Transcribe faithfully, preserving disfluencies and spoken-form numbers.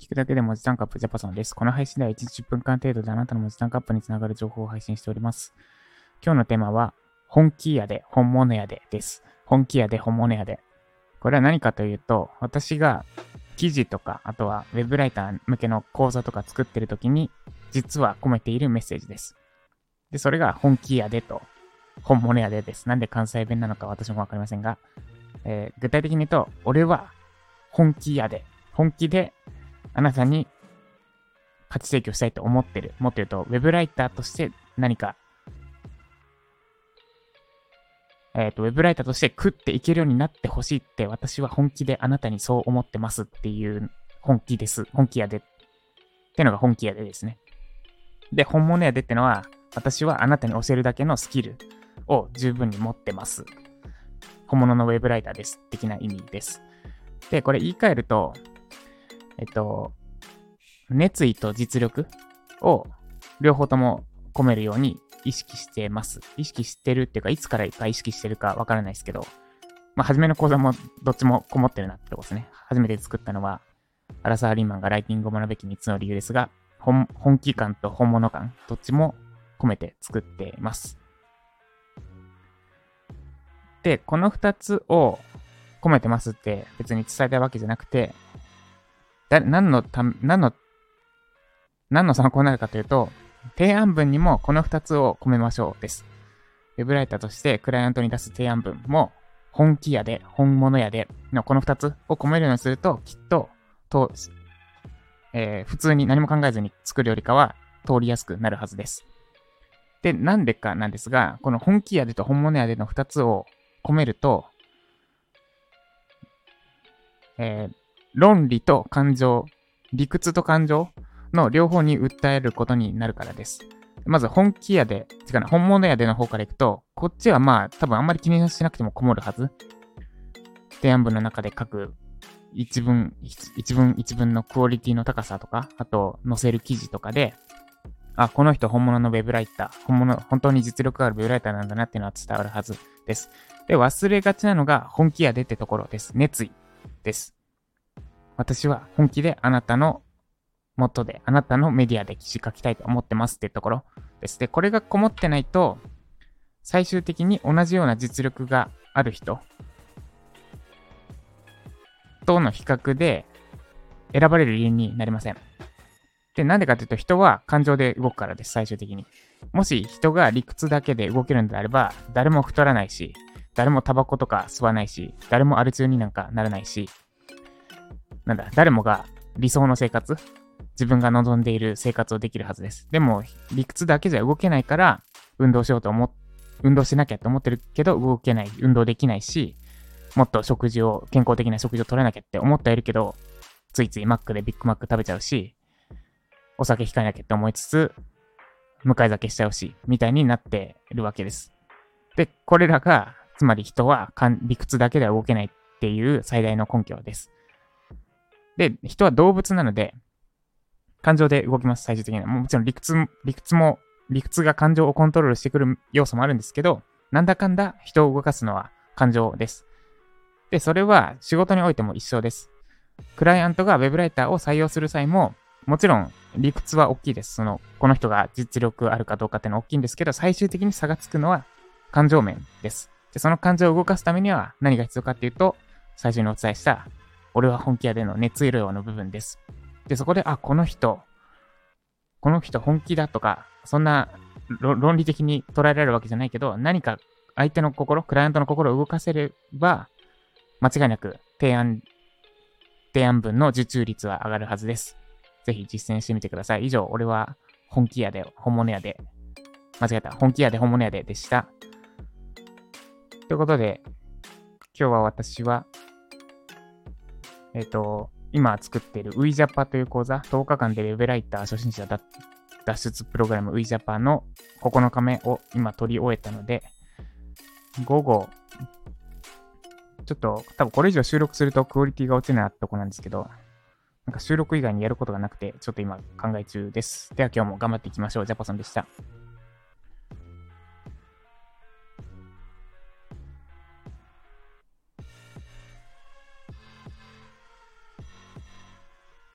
くだけで文字タンクアップジャパソンです。この配信ではいちにちじゅっぷんかん程度であなたの文字タンクアップにつながる情報を配信しております。今日のテーマは、本気やで、本物やでです。本気やで、本物やで。これは何かというと、私が記事とか、あとはウェブライター向けの講座とか作ってるときに、実は込めているメッセージです。で、それが本気やでと、本物やでです。なんで関西弁なのか私もわかりませんが、えー、具体的に言うと、俺は本気やで、本気であなたに価値提供したいと思ってる。もっと言うと、ウェブライターとして何か、えっと、ウェブライターとして食っていけるようになってほしいって私は本気であなたにそう思ってますっていう本気です。本気やで。ってのが本気やでですね。で、本物やでってのは、私はあなたに教えるだけのスキルを十分に持ってます。本物のウェブライターです。的な意味です。で、これ言い換えると、えっと、熱意と実力を両方とも込めるように意識してます。意識してるっていうか、いつからか意識してるかわからないですけど、まあ、初めの講座もどっちもこもってるなってことですね。初めて作ったのは、アラサー・リーマンがライティングを学ぶべきみっつの理由ですが、本、本気感と本物感、どっちも込めて作ってます。で、このふたつを込めてますって別に伝えたいわけじゃなくて、だ何のた何の何の参考になるかというと、提案文にもこのふたつを込めましょうです。ウェブライターとしてクライアントに出す提案文も本気やで、本物やでのこのふたつを込めるようにすると、きっと、とえー、普通に何も考えずに作るよりかは通りやすくなるはずです。で、なんでかなんですが、この本気やでと本物やでのふたつを込めると、えー、論理と感情、理屈と感情の両方に訴えることになるからです。まず本気やで、違うな、本物やでの方からいくと、こっちはまあ多分あんまり気にしなくてもこもるはず。提案文の中で書く一文、一文一文のクオリティの高さとか、あと載せる記事とかで、あ、この人本物のウェブライター、本物、本当に実力があるウェブライターなんだなっていうのは伝わるはずです。で、忘れがちなのが本気やでってところです。熱意です。私は本気であなたの元で、あなたのメディアで記事書きたいと思ってますっていうところです。で、これがこもってないと、最終的に同じような実力がある人との比較で選ばれる理由になりません。で、なんでかというと、人は感情で動くからです、最終的に。もし人が理屈だけで動けるのであれば、誰も太らないし、誰もタバコとか吸わないし、誰もアル中になんかならないし、なんだ、誰もが理想の生活、自分が望んでいる生活をできるはずです。でも、理屈だけじゃ動けないから、運動しようと思っ、運動しなきゃと思ってるけど、動けない、運動できないし、もっと食事を、健康的な食事を取らなきゃって思ってはいるけど、ついついマックでビッグマック食べちゃうし、お酒控えなきゃって思いつつ、向かい酒しちゃうし、みたいになってるわけです。で、これらが、つまり人は理屈だけでは動けないっていう最大の根拠です。で、人は動物なので、感情で動きます、最終的には。もちろん理屈、理屈も、理屈が感情をコントロールしてくる要素もあるんですけど、なんだかんだ人を動かすのは感情です。で、それは仕事においても一緒です。クライアントがウェブライターを採用する際も、もちろん理屈は大きいです。その、この人が実力あるかどうかっていうのは大きいんですけど、最終的に差がつくのは感情面です。で、その感情を動かすためには何が必要かっていうと、最初にお伝えした、俺は本気やでの熱意量の部分です。で、そこで、あ、この人、この人本気だとか、そんな論理的に捉えられるわけじゃないけど、何か相手の心、クライアントの心を動かせれば、間違いなく提案、提案文の受注率は上がるはずです。ぜひ実践してみてください。以上、俺は本気やで、本物やで、間違えた、本気やで、本物やででした。ということで、今日は私は、えっと、今作っている ウィジャパ という講座、とおかかんでウェブライター初心者脱出プログラム ウィジャパ のここのかめを今取り終えたので、午後、ちょっと多分これ以上収録するとクオリティが落ちないなってとこなんですけど、なんか収録以外にやることがなくて、ちょっと今考え中です。では今日も頑張っていきましょう。ジャパソンでした。